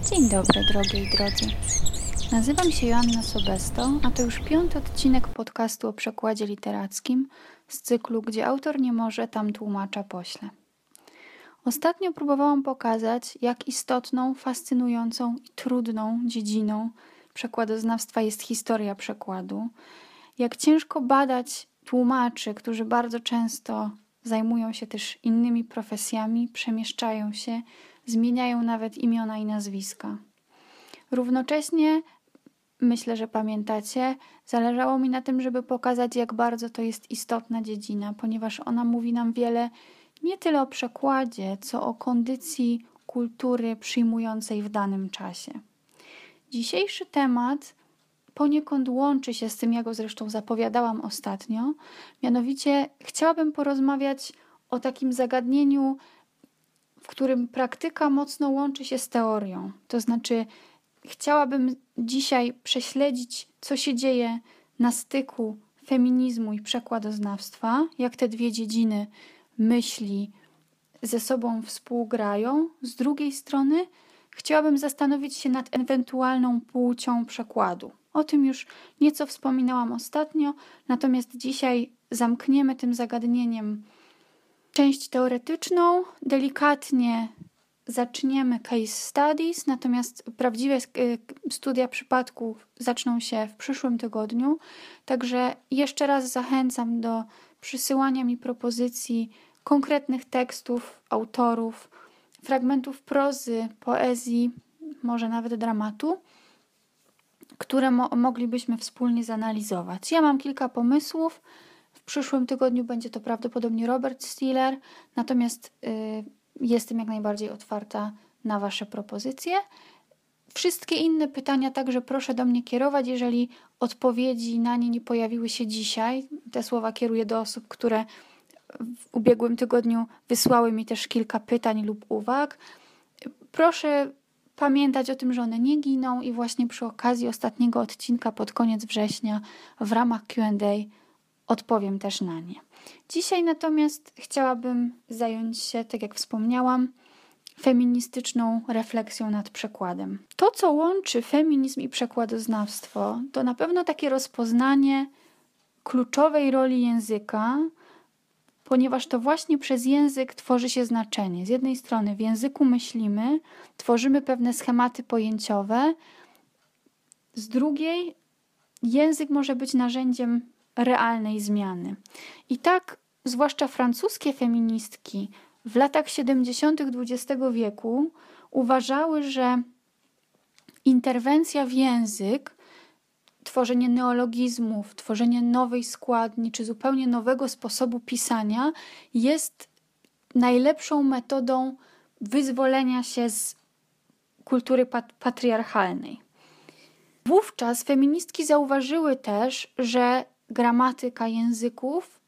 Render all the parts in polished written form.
Dzień dobry, drogie i drodzy. Nazywam się Joanna Sobesto, a to już 5. odcinek podcastu o przekładzie literackim z cyklu Gdzie autor nie może, tam tłumacza pośle. Ostatnio próbowałam pokazać, jak istotną, fascynującą i trudną dziedziną przekładoznawstwa jest historia przekładu, jak ciężko badać tłumaczy, którzy bardzo często zajmują się też innymi profesjami, przemieszczają się, zmieniają nawet imiona i nazwiska. Równocześnie, myślę, że pamiętacie, zależało mi na tym, żeby pokazać, jak bardzo to jest istotna dziedzina, ponieważ ona mówi nam wiele nie tyle o przekładzie, co o kondycji kultury przyjmującej w danym czasie. Dzisiejszy temat poniekąd łączy się z tym, ja go zresztą zapowiadałam ostatnio. Mianowicie chciałabym porozmawiać o takim zagadnieniu, w którym praktyka mocno łączy się z teorią. To znaczy, chciałabym dzisiaj prześledzić, co się dzieje na styku feminizmu i przekładoznawstwa, jak te dwie dziedziny myśli ze sobą współgrają. Z drugiej strony chciałabym zastanowić się nad ewentualną płcią przekładu. O tym już nieco wspominałam ostatnio, natomiast dzisiaj zamkniemy tym zagadnieniem część teoretyczną, delikatnie zaczniemy case studies, natomiast prawdziwe studia przypadków zaczną się w przyszłym tygodniu. Także jeszcze raz zachęcam do przysyłania mi propozycji konkretnych tekstów, autorów, fragmentów prozy, poezji, może nawet dramatu, które moglibyśmy wspólnie zanalizować. Ja mam kilka pomysłów. W przyszłym tygodniu będzie to prawdopodobnie Robert Stiller, natomiast jestem jak najbardziej otwarta na Wasze propozycje. Wszystkie inne pytania także proszę do mnie kierować, jeżeli odpowiedzi na nie nie pojawiły się dzisiaj. Te słowa kieruję do osób, które w ubiegłym tygodniu wysłały mi też kilka pytań lub uwag. Proszę pamiętać o tym, że one nie giną i właśnie przy okazji ostatniego odcinka pod koniec września w ramach Q&A odpowiem też na nie. Dzisiaj natomiast chciałabym zająć się, tak jak wspomniałam, feministyczną refleksją nad przekładem. To, co łączy feminizm i przekładoznawstwo, to na pewno takie rozpoznanie kluczowej roli języka, ponieważ to właśnie przez język tworzy się znaczenie. Z jednej strony w języku myślimy, tworzymy pewne schematy pojęciowe, z drugiej język może być narzędziem realnej zmiany. I tak zwłaszcza francuskie feministki w latach 70. XX wieku uważały, że interwencja w język, tworzenie neologizmów, tworzenie nowej składni czy zupełnie nowego sposobu pisania jest najlepszą metodą wyzwolenia się z kultury patriarchalnej. Wówczas feministki zauważyły też, że gramatyka języków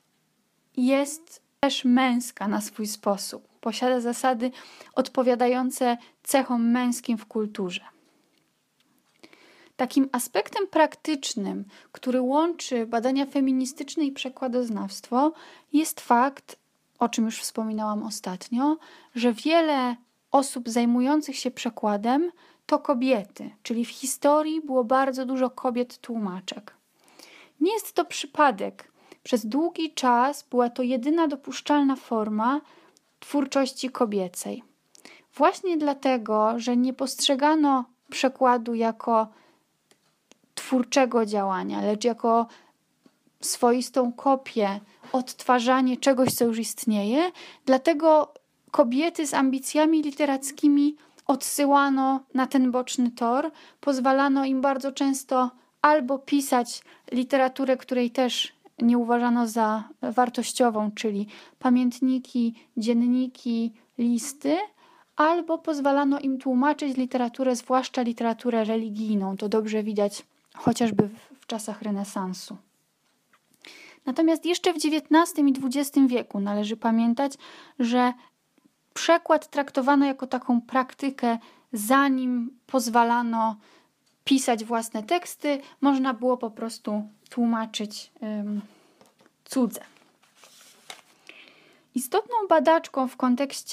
jest też męska na swój sposób. Posiada zasady odpowiadające cechom męskim w kulturze. Takim aspektem praktycznym, który łączy badania feministyczne i przekładoznawstwo, jest fakt, o czym już wspominałam ostatnio, że wiele osób zajmujących się przekładem to kobiety, czyli w historii było bardzo dużo kobiet tłumaczek. Nie jest to przypadek. Przez długi czas była to jedyna dopuszczalna forma twórczości kobiecej. Właśnie dlatego, że nie postrzegano przekładu jako twórczego działania, lecz jako swoistą kopię, odtwarzanie czegoś, co już istnieje. Dlatego kobiety z ambicjami literackimi odsyłano na ten boczny tor, pozwalano im bardzo często albo pisać literaturę, której też nie uważano za wartościową, czyli pamiętniki, dzienniki, listy, albo pozwalano im tłumaczyć literaturę, zwłaszcza literaturę religijną. To dobrze widać chociażby w czasach renesansu. Natomiast jeszcze w XIX i XX wieku należy pamiętać, że przekład traktowano jako taką praktykę, zanim pozwalano pisać własne teksty, można było po prostu tłumaczyć cudze. Istotną badaczką w kontekście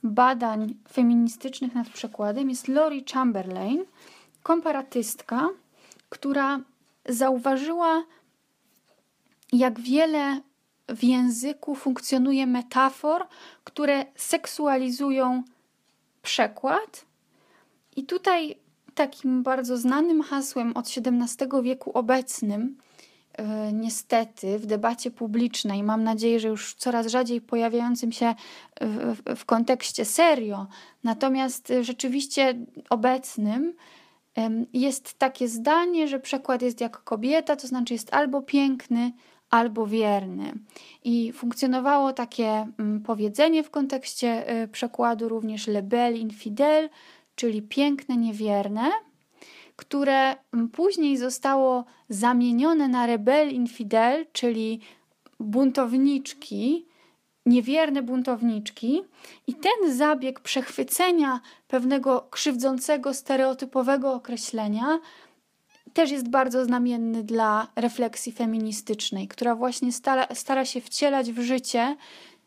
badań feministycznych nad przekładem jest Lori Chamberlain, komparatystka, która zauważyła, jak wiele w języku funkcjonuje metafor, które seksualizują przekład. I tutaj takim bardzo znanym hasłem od XVII wieku obecnym, niestety w debacie publicznej, mam nadzieję, że już coraz rzadziej pojawiającym się w kontekście serio, natomiast rzeczywiście obecnym, jest takie zdanie, że przekład jest jak kobieta, to znaczy jest albo piękny, albo wierny. I funkcjonowało takie powiedzenie w kontekście przekładu również le bel infidèle, czyli piękne, niewierne, które później zostało zamienione na rebel infidèle, czyli buntowniczki, niewierne buntowniczki. I ten zabieg przechwycenia pewnego krzywdzącego, stereotypowego określenia też jest bardzo znamienny dla refleksji feministycznej, która właśnie stara się wcielać w życie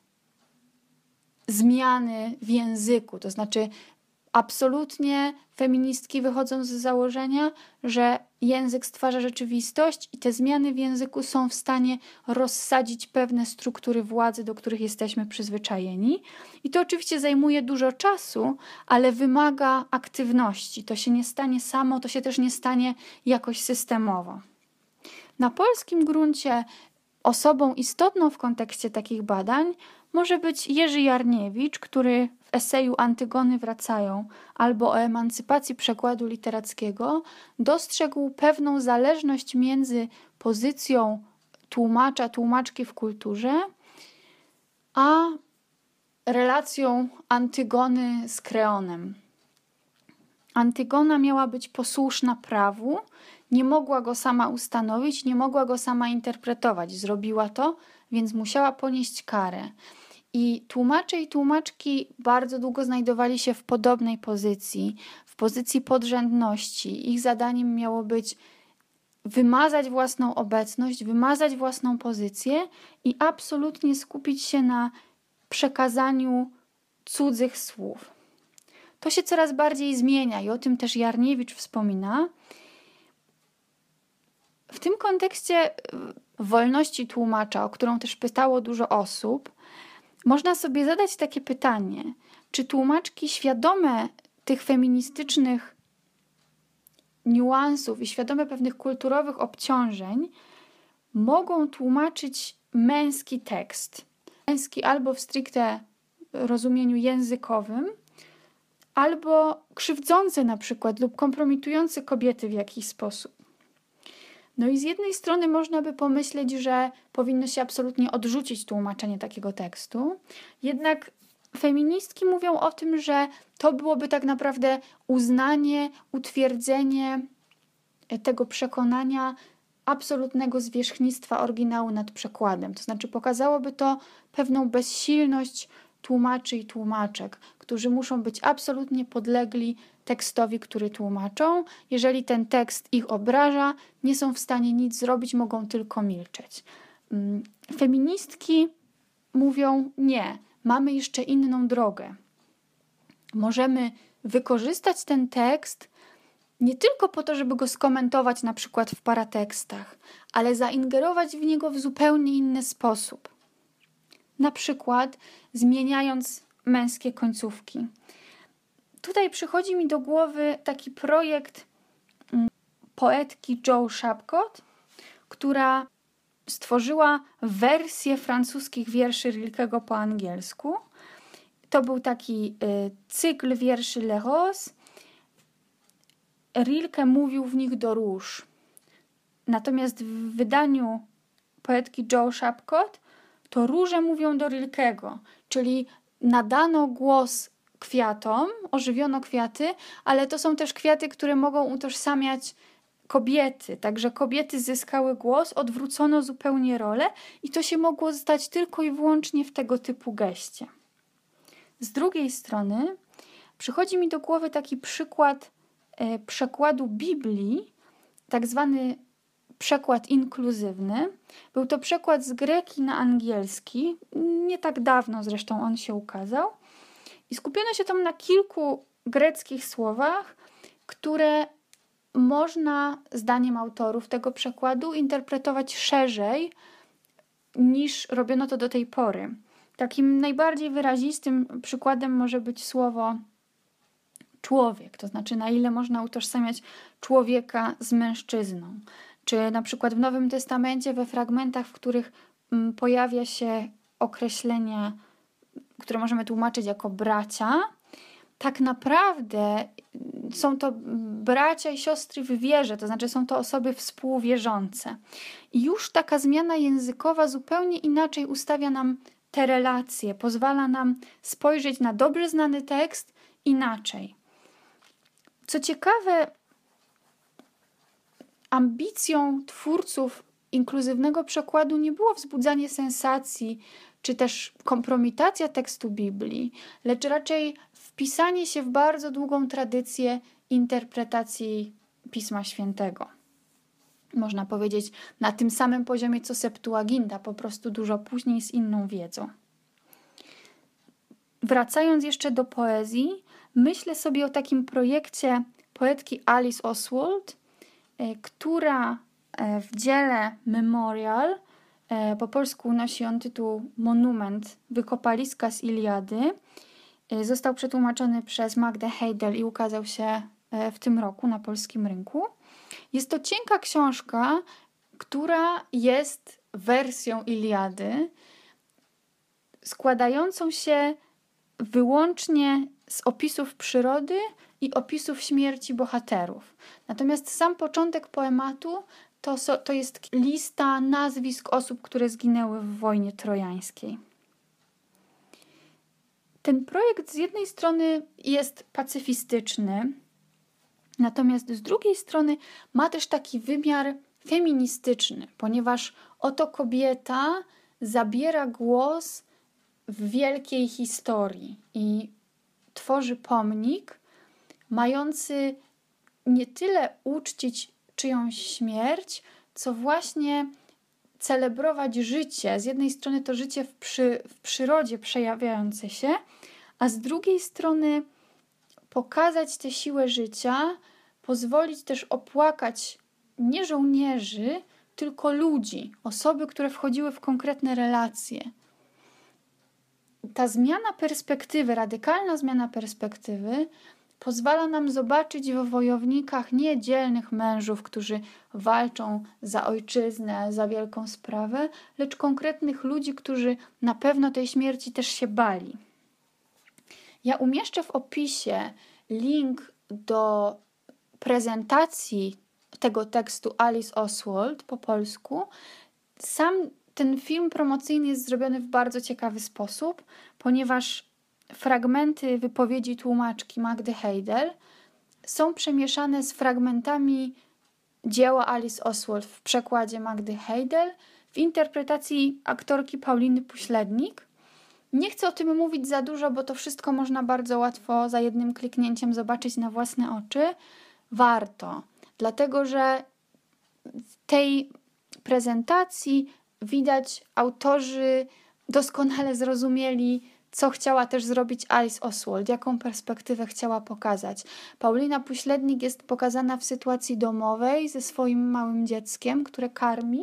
zmiany w języku. To znaczy absolutnie feministki wychodzą z założenia, że język stwarza rzeczywistość i te zmiany w języku są w stanie rozsadzić pewne struktury władzy, do których jesteśmy przyzwyczajeni. I to oczywiście zajmuje dużo czasu, ale wymaga aktywności. To się nie stanie samo, to się też nie stanie jakoś systemowo. Na polskim gruncie osobą istotną w kontekście takich badań może być Jerzy Jarniewicz, który w eseju Antygony wracają albo o emancypacji przekładu literackiego dostrzegł pewną zależność między pozycją tłumacza, tłumaczki w kulturze, a relacją Antygony z Kreonem. Antygona miała być posłuszna prawu, nie mogła go sama ustanowić, nie mogła go sama interpretować. Zrobiła to, więc musiała ponieść karę. I tłumacze i tłumaczki bardzo długo znajdowali się w podobnej pozycji, w pozycji podrzędności. Ich zadaniem miało być wymazać własną obecność, wymazać własną pozycję i absolutnie skupić się na przekazaniu cudzych słów. To się coraz bardziej zmienia i o tym też Jarniewicz wspomina. W tym kontekście wolności tłumacza, o którą też pytało dużo osób, można sobie zadać takie pytanie, czy tłumaczki świadome tych feministycznych niuansów i świadome pewnych kulturowych obciążeń mogą tłumaczyć męski tekst. Męski albo w stricte rozumieniu językowym, albo krzywdzący na przykład lub kompromitujący kobiety w jakiś sposób. No i z jednej strony można by pomyśleć, że powinno się absolutnie odrzucić tłumaczenie takiego tekstu, jednak feministki mówią o tym, że to byłoby tak naprawdę uznanie, utwierdzenie tego przekonania absolutnego zwierzchnictwa oryginału nad przekładem. To znaczy pokazałoby to pewną bezsilność tłumaczy i tłumaczek, którzy muszą być absolutnie podlegli tekstowi, który tłumaczą. Jeżeli ten tekst ich obraża, nie są w stanie nic zrobić, mogą tylko milczeć. Feministki mówią nie, mamy jeszcze inną drogę. Możemy wykorzystać ten tekst nie tylko po to, żeby go skomentować na przykład w paratekstach, ale zaingerować w niego w zupełnie inny sposób. Na przykład zmieniając męskie końcówki. Tutaj przychodzi mi do głowy taki projekt poetki Jo Shapcott, która stworzyła wersję francuskich wierszy Rilkego po angielsku. To był taki cykl wierszy Les Roses. Rilke mówił w nich do róż. Natomiast w wydaniu poetki Jo Shapcott to róże mówią do Rilkego, czyli nadano głos kwiatom, ożywiono kwiaty, ale to są też kwiaty, które mogą utożsamiać kobiety. Także kobiety zyskały głos, odwrócono zupełnie rolę i to się mogło stać tylko i wyłącznie w tego typu geście. Z drugiej strony przychodzi mi do głowy taki przykład przekładu Biblii, tak zwany przekład inkluzywny. Był to przekład z greki na angielski. Nie tak dawno zresztą on się ukazał. I skupiono się tam na kilku greckich słowach, które można, zdaniem autorów tego przekładu, interpretować szerzej niż robiono to do tej pory. Takim najbardziej wyrazistym przykładem może być słowo człowiek, to znaczy na ile można utożsamiać człowieka z mężczyzną. Czy na przykład w Nowym Testamencie we fragmentach, w których pojawia się określenie, które możemy tłumaczyć jako bracia, tak naprawdę są to bracia i siostry w wierze, to znaczy są to osoby współwierzące. I już taka zmiana językowa zupełnie inaczej ustawia nam te relacje, pozwala nam spojrzeć na dobrze znany tekst inaczej. Co ciekawe, ambicją twórców inkluzywnego przekładu nie było wzbudzanie sensacji, czy też kompromitacja tekstu Biblii, lecz raczej wpisanie się w bardzo długą tradycję interpretacji Pisma Świętego. Można powiedzieć na tym samym poziomie co Septuaginta, po prostu dużo później z inną wiedzą. Wracając jeszcze do poezji, myślę sobie o takim projekcie poetki Alice Oswald, która w dziele Memorial, po polsku nosi on tytuł Monument, wykopaliska z Iliady, został przetłumaczony przez Magdę Heidel i ukazał się w tym roku na polskim rynku. Jest to cienka książka, która jest wersją Iliady, składającą się wyłącznie z opisów przyrody i opisów śmierci bohaterów. Natomiast sam początek poematu to jest lista nazwisk osób, które zginęły w wojnie trojańskiej. Ten projekt z jednej strony jest pacyfistyczny, natomiast z drugiej strony ma też taki wymiar feministyczny, ponieważ oto kobieta zabiera głos w wielkiej historii i tworzy pomnik mający nie tyle uczcić czyjąś śmierć, co właśnie celebrować życie. Z jednej strony to życie w przyrodzie przejawiające się, a z drugiej strony pokazać tę siłę życia, pozwolić też opłakać nie żołnierzy, tylko ludzi, osoby, które wchodziły w konkretne relacje. Ta zmiana perspektywy, radykalna zmiana perspektywy pozwala nam zobaczyć w wojownikach nie dzielnych mężów, którzy walczą za ojczyznę, za wielką sprawę, lecz konkretnych ludzi, którzy na pewno tej śmierci też się bali. Ja umieszczę w opisie link do prezentacji tego tekstu Alice Oswald po polsku. Sam ten film promocyjny jest zrobiony w bardzo ciekawy sposób, ponieważ fragmenty wypowiedzi tłumaczki Magdy Heidel są przemieszane z fragmentami dzieła Alice Oswald w przekładzie Magdy Heidel w interpretacji aktorki Pauliny Puślednik. Nie chcę o tym mówić za dużo, bo to wszystko można bardzo łatwo za jednym kliknięciem zobaczyć na własne oczy. Warto, dlatego że w tej prezentacji widać, autorzy doskonale zrozumieli, co chciała też zrobić Alice Oswald, jaką perspektywę chciała pokazać. Paulina Puślednik jest pokazana w sytuacji domowej ze swoim małym dzieckiem, które karmi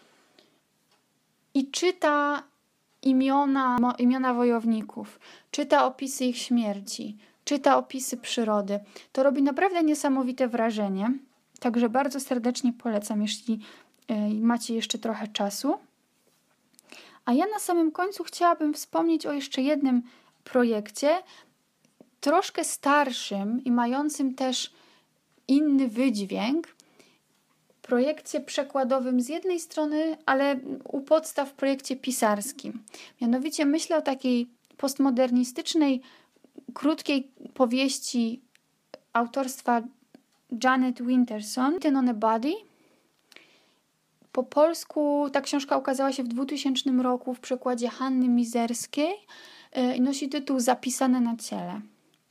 i czyta imiona wojowników, czyta opisy ich śmierci, czyta opisy przyrody. To robi naprawdę niesamowite wrażenie, także bardzo serdecznie polecam, jeśli macie jeszcze trochę czasu. A ja na samym końcu chciałabym wspomnieć o jeszcze jednym projekcie, troszkę starszym i mającym też inny wydźwięk. Projekcie przekładowym z jednej strony, ale u podstaw projekcie pisarskim. Mianowicie myślę o takiej postmodernistycznej, krótkiej powieści autorstwa Janet Winterson, Written on a Body. Po polsku ta książka ukazała się w 2000 roku w przekładzie Hanny Mizerskiej i nosi tytuł Zapisane na ciele.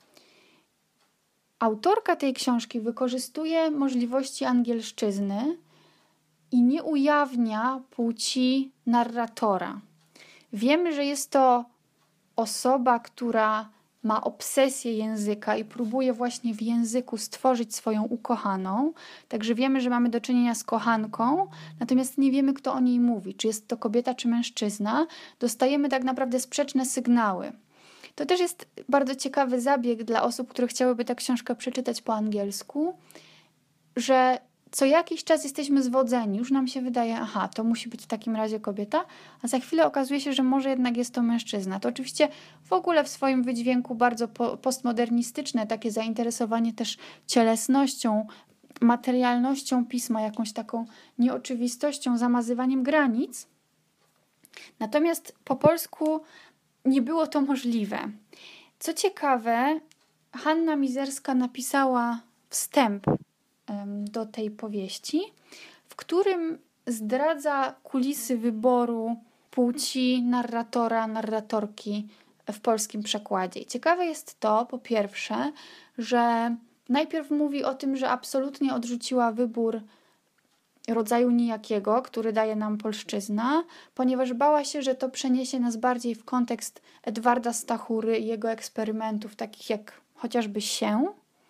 Autorka tej książki wykorzystuje możliwości angielszczyzny i nie ujawnia płci narratora. Wiemy, że jest to osoba, która ma obsesję języka i próbuje właśnie w języku stworzyć swoją ukochaną. Także wiemy, że mamy do czynienia z kochanką, natomiast nie wiemy, kto o niej mówi, czy jest to kobieta, czy mężczyzna. Dostajemy tak naprawdę sprzeczne sygnały. To też jest bardzo ciekawy zabieg dla osób, które chciałyby tę książkę przeczytać po angielsku, że co jakiś czas jesteśmy zwodzeni. Już nam się wydaje, aha, to musi być w takim razie kobieta, a za chwilę okazuje się, że może jednak jest to mężczyzna. To oczywiście w ogóle w swoim wydźwięku bardzo postmodernistyczne, takie zainteresowanie też cielesnością, materialnością pisma, jakąś taką nieoczywistością, zamazywaniem granic. Natomiast po polsku nie było to możliwe. Co ciekawe, Hanna Mizerska napisała wstęp do tej powieści, w którym zdradza kulisy wyboru płci narratora, narratorki w polskim przekładzie. I ciekawe jest to, po pierwsze, że najpierw mówi o tym, że absolutnie odrzuciła wybór rodzaju nijakiego, który daje nam polszczyzna, ponieważ bała się, że to przeniesie nas bardziej w kontekst Edwarda Stachury i jego eksperymentów, takich jak chociażby się.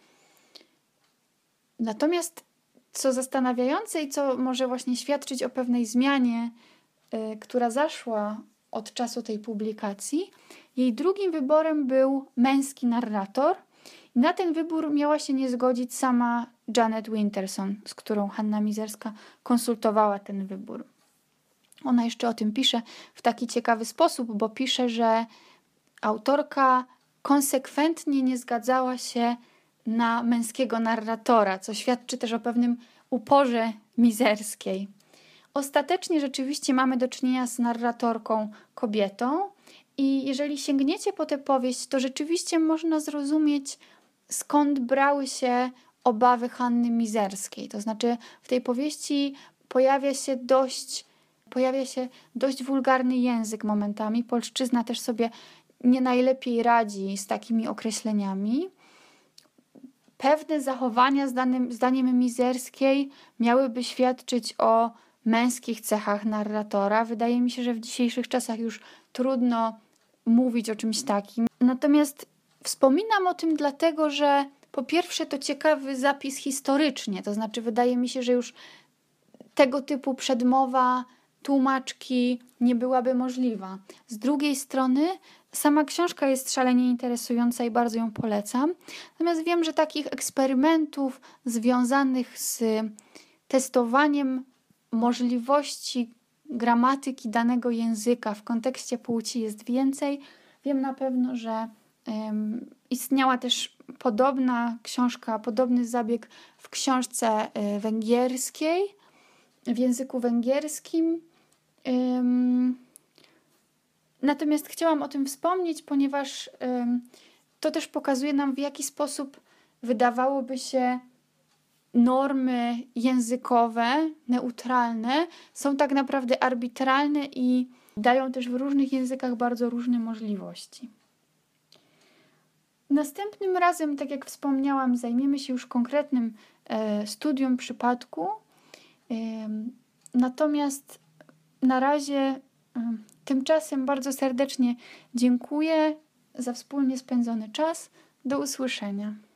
Natomiast co zastanawiające i co może właśnie świadczyć o pewnej zmianie, która zaszła od czasu tej publikacji, jej drugim wyborem był męski narrator. I na ten wybór miała się nie zgodzić sama Janet Winterson, z którą Hanna Mizerska konsultowała ten wybór. Ona jeszcze o tym pisze w taki ciekawy sposób, bo pisze, że autorka konsekwentnie nie zgadzała się na męskiego narratora, co świadczy też o pewnym uporze Mizerskiej. Ostatecznie rzeczywiście mamy do czynienia z narratorką kobietą i jeżeli sięgniecie po tę powieść, to rzeczywiście można zrozumieć, skąd brały się obawy Hanny Mizerskiej. To znaczy w tej powieści pojawia się dość wulgarny język momentami. Polszczyzna też sobie nie najlepiej radzi z takimi określeniami. Pewne zachowania, zdaniem Mizerskiej, miałyby świadczyć o męskich cechach narratora. Wydaje mi się, że w dzisiejszych czasach już trudno mówić o czymś takim. Natomiast wspominam o tym dlatego, że po pierwsze to ciekawy zapis historycznie, to znaczy wydaje mi się, że już tego typu przedmowa tłumaczki nie byłaby możliwa. Z drugiej strony sama książka jest szalenie interesująca i bardzo ją polecam. Natomiast wiem, że takich eksperymentów związanych z testowaniem możliwości gramatyki danego języka w kontekście płci jest więcej. Wiem na pewno, że istniała też podobna książka, podobny zabieg w książce węgierskiej, w języku węgierskim. Natomiast chciałam o tym wspomnieć, ponieważ to też pokazuje nam, w jaki sposób wydawałoby się normy językowe, neutralne, są tak naprawdę arbitralne i dają też w różnych językach bardzo różne możliwości. Następnym razem, tak jak wspomniałam, zajmiemy się już konkretnym studium przypadku. Natomiast na razie tymczasem bardzo serdecznie dziękuję za wspólnie spędzony czas. Do usłyszenia.